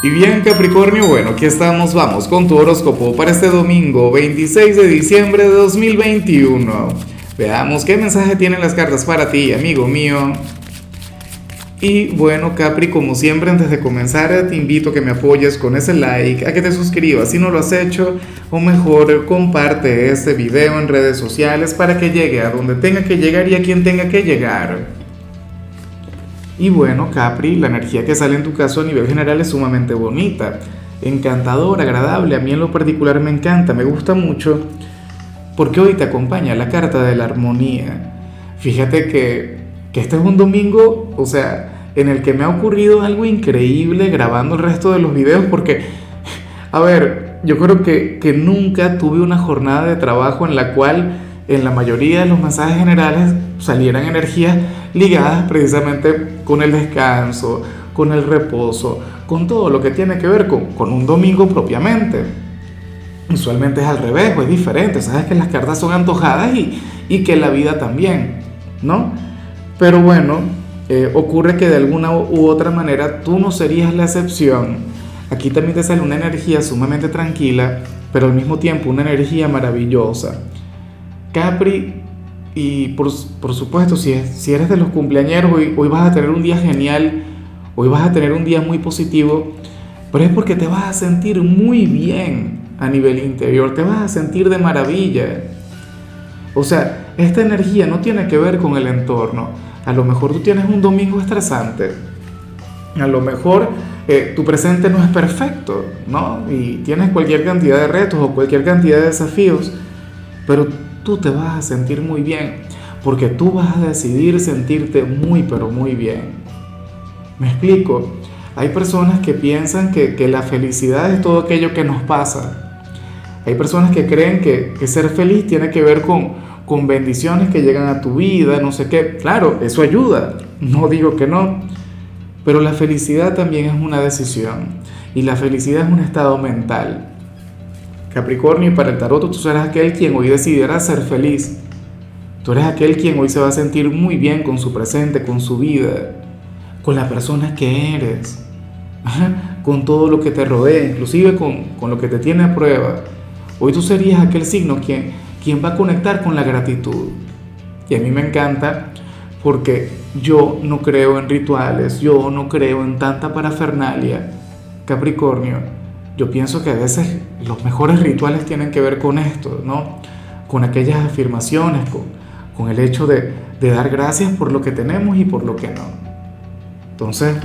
Y bien, Capricornio, bueno, aquí estamos, vamos con tu horóscopo para este domingo 26 de diciembre de 2021. Veamos qué mensaje tienen las cartas para ti, amigo mío. Y bueno, Capri, como siempre, antes de comenzar, te invito a que me apoyes con ese like, a que te suscribas si no lo has hecho, o mejor, comparte este video en redes sociales para que llegue a donde tenga que llegar y a quien tenga que llegar. Y bueno, Capri, la energía que sale en tu caso a nivel general es sumamente bonita, encantadora, agradable. A mí en lo particular me encanta, me gusta mucho, porque hoy te acompaña la carta de la armonía. Fíjate que este es un domingo, o sea, en el que me ha ocurrido algo increíble grabando el resto de los videos, porque, a ver, yo creo que nunca tuve una jornada de trabajo en la cual en la mayoría de los mensajes generales salieran energías ligadas precisamente con el descanso, con el reposo, con todo lo que tiene que ver con un domingo propiamente. Usualmente es al revés, o es diferente, sabes que las cartas son antojadas y que la vida también, ¿no? Pero bueno, ocurre que de alguna u otra manera tú no serías la excepción. Aquí también te sale una energía sumamente tranquila, pero al mismo tiempo una energía maravillosa. Capri, y por supuesto, si eres de los cumpleañeros, hoy vas a tener un día genial, hoy vas a tener un día muy positivo, pero es porque te vas a sentir muy bien a nivel interior, te vas a sentir de maravilla. O sea, esta energía no tiene que ver con el entorno. A lo mejor tú tienes un domingo estresante, a lo mejor tu presente no es perfecto, ¿no? Y tienes cualquier cantidad de retos o cualquier cantidad de desafíos, pero tú te vas a sentir muy bien, porque tú vas a decidir sentirte muy, pero muy bien. ¿Me explico? Hay personas que piensan que la felicidad es todo aquello que nos pasa. Hay personas que creen que ser feliz tiene que ver con bendiciones que llegan a tu vida, no sé qué. Claro, eso ayuda, no digo que no, pero la felicidad también es una decisión, y la felicidad es un estado mental. Capricornio, y para el tarot tú serás aquel quien hoy decidirá ser feliz. Tú eres aquel quien hoy se va a sentir muy bien con su presente, con su vida, con la persona que eres, con todo lo que te rodea, inclusive con lo que te tiene a prueba. Hoy tú serías aquel signo quien va a conectar con la gratitud. Y a mí me encanta porque yo no creo en rituales, yo no creo en tanta parafernalia, Capricornio. Yo pienso que a veces los mejores rituales tienen que ver con esto, ¿no? Con aquellas afirmaciones, con el hecho de dar gracias por lo que tenemos y por lo que no. Entonces,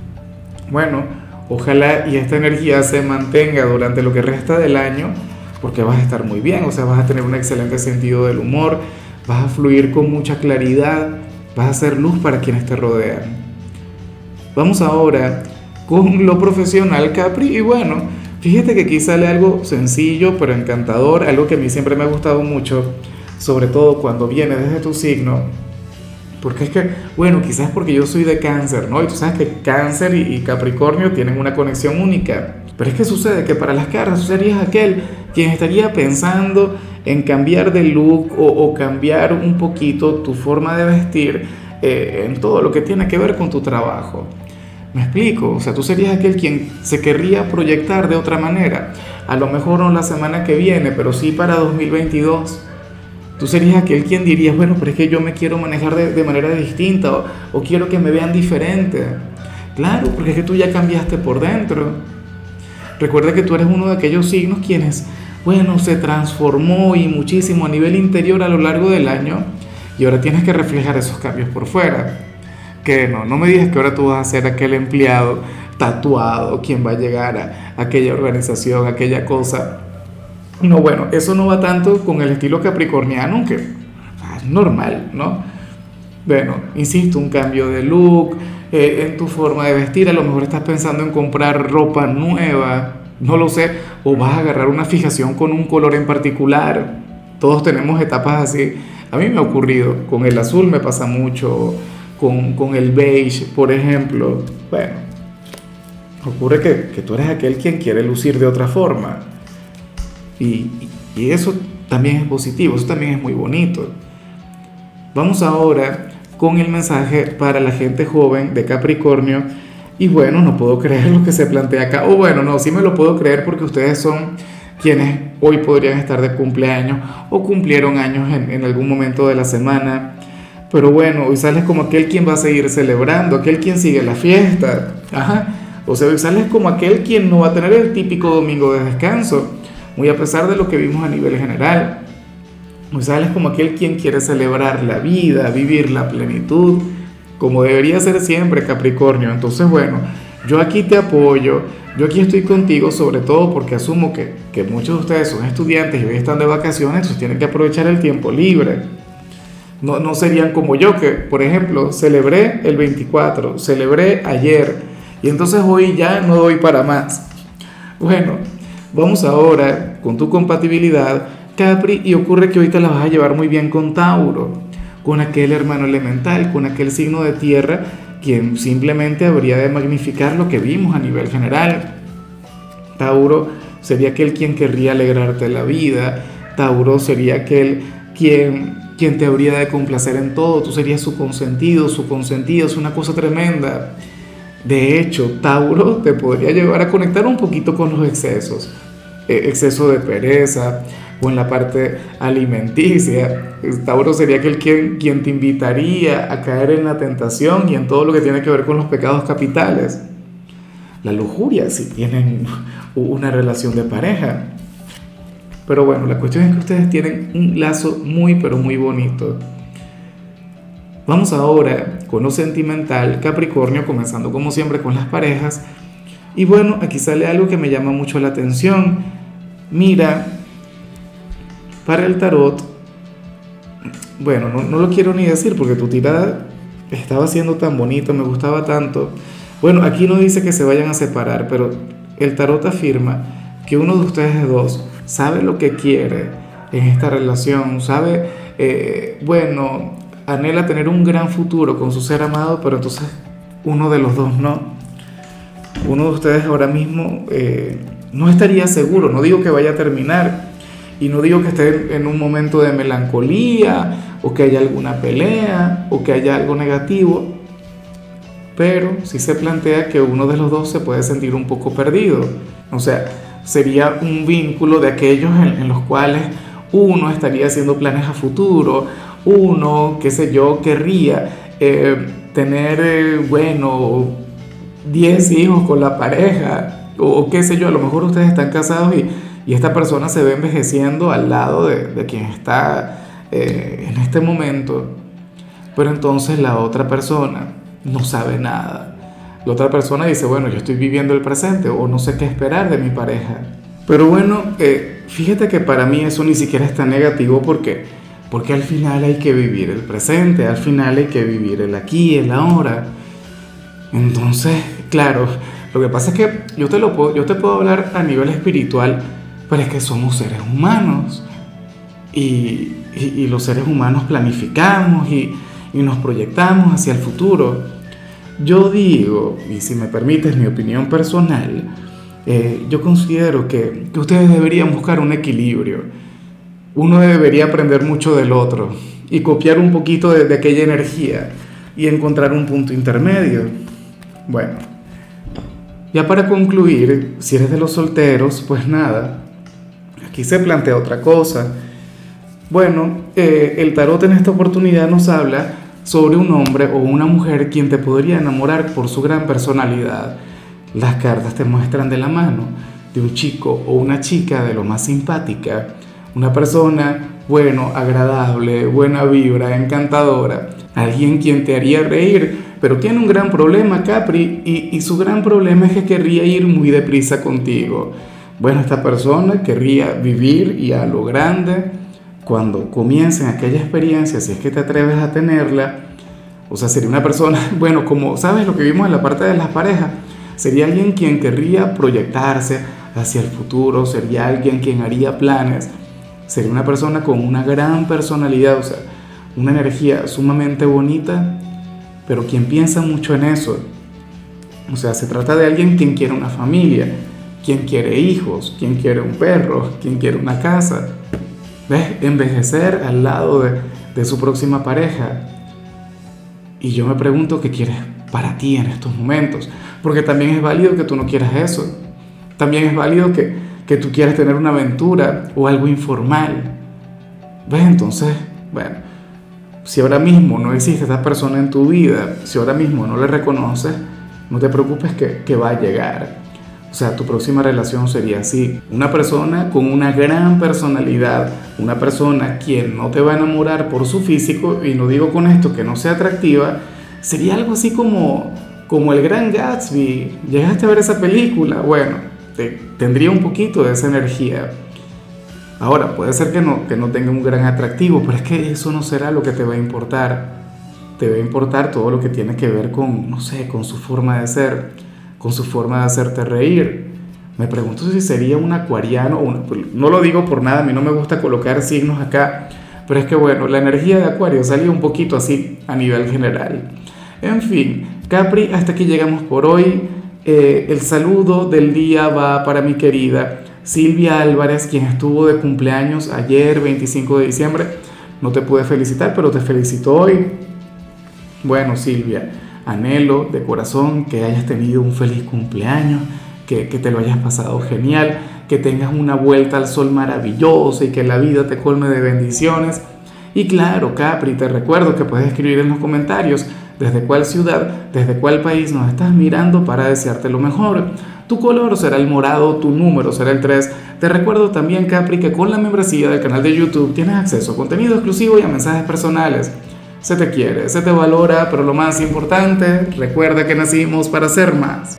bueno, ojalá y esta energía se mantenga durante lo que resta del año, porque vas a estar muy bien, o sea, vas a tener un excelente sentido del humor, vas a fluir con mucha claridad, vas a ser luz para quienes te rodean. Vamos ahora con lo profesional, Capri, y bueno, fíjate que aquí sale algo sencillo pero encantador, algo que a mí siempre me ha gustado mucho, sobre todo cuando viene desde tu signo, porque es que, bueno, quizás porque yo soy de Cáncer, ¿no? Y tú sabes que Cáncer y Capricornio tienen una conexión única, pero es que sucede que para las cartas tú serías aquel quien estaría pensando en cambiar de look o cambiar un poquito tu forma de vestir en todo lo que tiene que ver con tu trabajo. ¿Me explico? O sea, tú serías aquel quien se querría proyectar de otra manera. A lo mejor no la semana que viene, pero sí para 2022. Tú serías aquel quien dirías, bueno, pero es que yo me quiero manejar de manera distinta o quiero que me vean diferente. Claro, porque es que tú ya cambiaste por dentro. Recuerda que tú eres uno de aquellos signos quienes, bueno, se transformó y muchísimo a nivel interior a lo largo del año y ahora tienes que reflejar esos cambios por fuera. Que no me digas que ahora tú vas a ser aquel empleado tatuado, quien va a llegar a aquella organización, aquella cosa. No, bueno, eso no va tanto con el estilo capricorniano, que es normal, ¿no? Bueno, insisto, un cambio de look, en tu forma de vestir, a lo mejor estás pensando en comprar ropa nueva, no lo sé, o vas a agarrar una fijación con un color en particular. Todos tenemos etapas así. A mí me ha ocurrido, con el azul me pasa mucho, con el beige, por ejemplo. Bueno, ocurre que tú eres aquel quien quiere lucir de otra forma. Y eso también es positivo, eso también es muy bonito. Vamos ahora con el mensaje para la gente joven de Capricornio. Y bueno, no puedo creer lo que se plantea acá. O bueno, no, sí me lo puedo creer porque ustedes son quienes hoy podrían estar de cumpleaños o cumplieron años en algún momento de la semana. Pero bueno, hoy sales como aquel quien va a seguir celebrando, aquel quien sigue la fiesta. Ajá. O sea, hoy sales como aquel quien no va a tener el típico domingo de descanso, muy a pesar de lo que vimos a nivel general. Hoy sales como aquel quien quiere celebrar la vida, vivir la plenitud, como debería ser siempre, Capricornio. Entonces, bueno, yo aquí te apoyo, yo aquí estoy contigo, sobre todo porque asumo que muchos de ustedes son estudiantes y hoy están de vacaciones, entonces tienen que aprovechar el tiempo libre. No, no serían como yo, que por ejemplo celebré el 24, celebré ayer y entonces hoy ya no doy para más. Bueno, vamos ahora con tu compatibilidad, Capri, y ocurre que hoy te la vas a llevar muy bien con Tauro, con aquel hermano elemental, con aquel signo de tierra, quien simplemente habría de magnificar lo que vimos a nivel general. Tauro sería aquel quien querría alegrarte la vida, Tauro sería aquel quien te habría de complacer en todo, tú serías su consentido, su consentida, es una cosa tremenda. De hecho, Tauro te podría llevar a conectar un poquito con los excesos, exceso de pereza o en la parte alimenticia. Tauro sería aquel quien te invitaría a caer en la tentación y en todo lo que tiene que ver con los pecados capitales. La lujuria, si tienen una relación de pareja. Pero bueno, la cuestión es que ustedes tienen un lazo muy, pero muy bonito. Vamos ahora con lo sentimental, Capricornio, comenzando como siempre con las parejas. Y bueno, aquí sale algo que me llama mucho la atención. Mira, para el tarot, bueno, no lo quiero ni decir porque tu tirada estaba siendo tan bonita, me gustaba tanto. Bueno, aquí no dice que se vayan a separar, pero el tarot afirma que uno de ustedes dos sabe lo que quiere en esta relación, sabe, bueno, anhela tener un gran futuro con su ser amado, pero entonces uno de los dos no. Uno de ustedes ahora mismo no estaría seguro, no digo que vaya a terminar, y no digo que esté en un momento de melancolía, o que haya alguna pelea, o que haya algo negativo, pero sí se plantea que uno de los dos se puede sentir un poco perdido. O sea, sería un vínculo de aquellos en los cuales uno estaría haciendo planes a futuro, uno, qué sé yo, querría tener, bueno, 10 hijos con la pareja, o qué sé yo, a lo mejor ustedes están casados y esta persona se ve envejeciendo al lado de quien está en este momento, pero entonces la otra persona no sabe nada. La otra persona dice, bueno, yo estoy viviendo el presente o no sé qué esperar de mi pareja. Pero bueno, fíjate que para mí eso ni siquiera es tan negativo porque al final hay que vivir el presente, al final hay que vivir el aquí, el ahora. Entonces, claro, lo que pasa es que yo te puedo hablar a nivel espiritual, pero es que somos seres humanos y los seres humanos planificamos y nos proyectamos hacia el futuro. Yo digo, y si me permites mi opinión personal, yo considero que ustedes deberían buscar un equilibrio. Uno debería aprender mucho del otro y copiar un poquito de aquella energía y encontrar un punto intermedio. Bueno, ya para concluir, si eres de los solteros, pues nada, aquí se plantea otra cosa. Bueno, el tarot en esta oportunidad nos habla sobre un hombre o una mujer quien te podría enamorar por su gran personalidad. Las cartas te muestran de la mano de un chico o una chica de lo más simpática, una persona, bueno, agradable, buena vibra, encantadora, alguien quien te haría reír, pero tiene un gran problema, Capri, y su gran problema es que querría ir muy deprisa contigo. Bueno, esta persona querría vivir y a lo grande. Cuando comiencen aquella experiencia, si es que te atreves a tenerla, o sea, sería una persona, bueno, como sabes lo que vimos en la parte de las parejas, sería alguien quien querría proyectarse hacia el futuro, sería alguien quien haría planes, sería una persona con una gran personalidad, o sea, una energía sumamente bonita, pero quien piensa mucho en eso. O sea, se trata de alguien quien quiere una familia, quien quiere hijos, quien quiere un perro, quien quiere una casa. ¿Ves? Envejecer al lado de su próxima pareja. Y yo me pregunto qué quieres para ti en estos momentos, porque también es válido que tú no quieras eso, también es válido que tú quieras tener una aventura o algo informal. ¿Ves? Entonces, bueno, si ahora mismo no existe esta persona en tu vida, si ahora mismo no le reconoces, no te preocupes que va a llegar. O sea, tu próxima relación sería así: una persona con una gran personalidad, una persona quien no te va a enamorar por su físico, y no digo con esto que no sea atractiva, sería algo así como el Gran Gatsby. ¿Llegaste a ver esa película? Bueno, tendría un poquito de esa energía. Ahora, puede ser que no tenga un gran atractivo, pero es que eso no será lo que te va a importar. Te va a importar todo lo que tiene que ver con, no sé, con su forma de ser, con su forma de hacerte reír. Me pregunto si sería un acuariano no lo digo por nada, a mí no me gusta colocar signos acá, pero es que bueno, la energía de Acuario salía un poquito así a nivel general. En fin, Capri, hasta aquí llegamos por hoy. El saludo del día va para mi querida Silvia Álvarez, quien estuvo de cumpleaños ayer, 25 de diciembre. No te pude felicitar, pero te felicito hoy. Bueno, Silvia, anhelo de corazón que hayas tenido un feliz cumpleaños, que te lo hayas pasado genial, que tengas una vuelta al sol maravillosa y que la vida te colme de bendiciones. Y claro, Capri, te recuerdo que puedes escribir en los comentarios desde cuál ciudad, desde cuál país nos estás mirando para desearte lo mejor. Tu color será el morado, tu número será el 3. Te recuerdo también, Capri, que con la membresía del canal de YouTube tienes acceso a contenido exclusivo y a mensajes personales. Se te quiere, se te valora, pero lo más importante, recuerda que nacimos para ser más.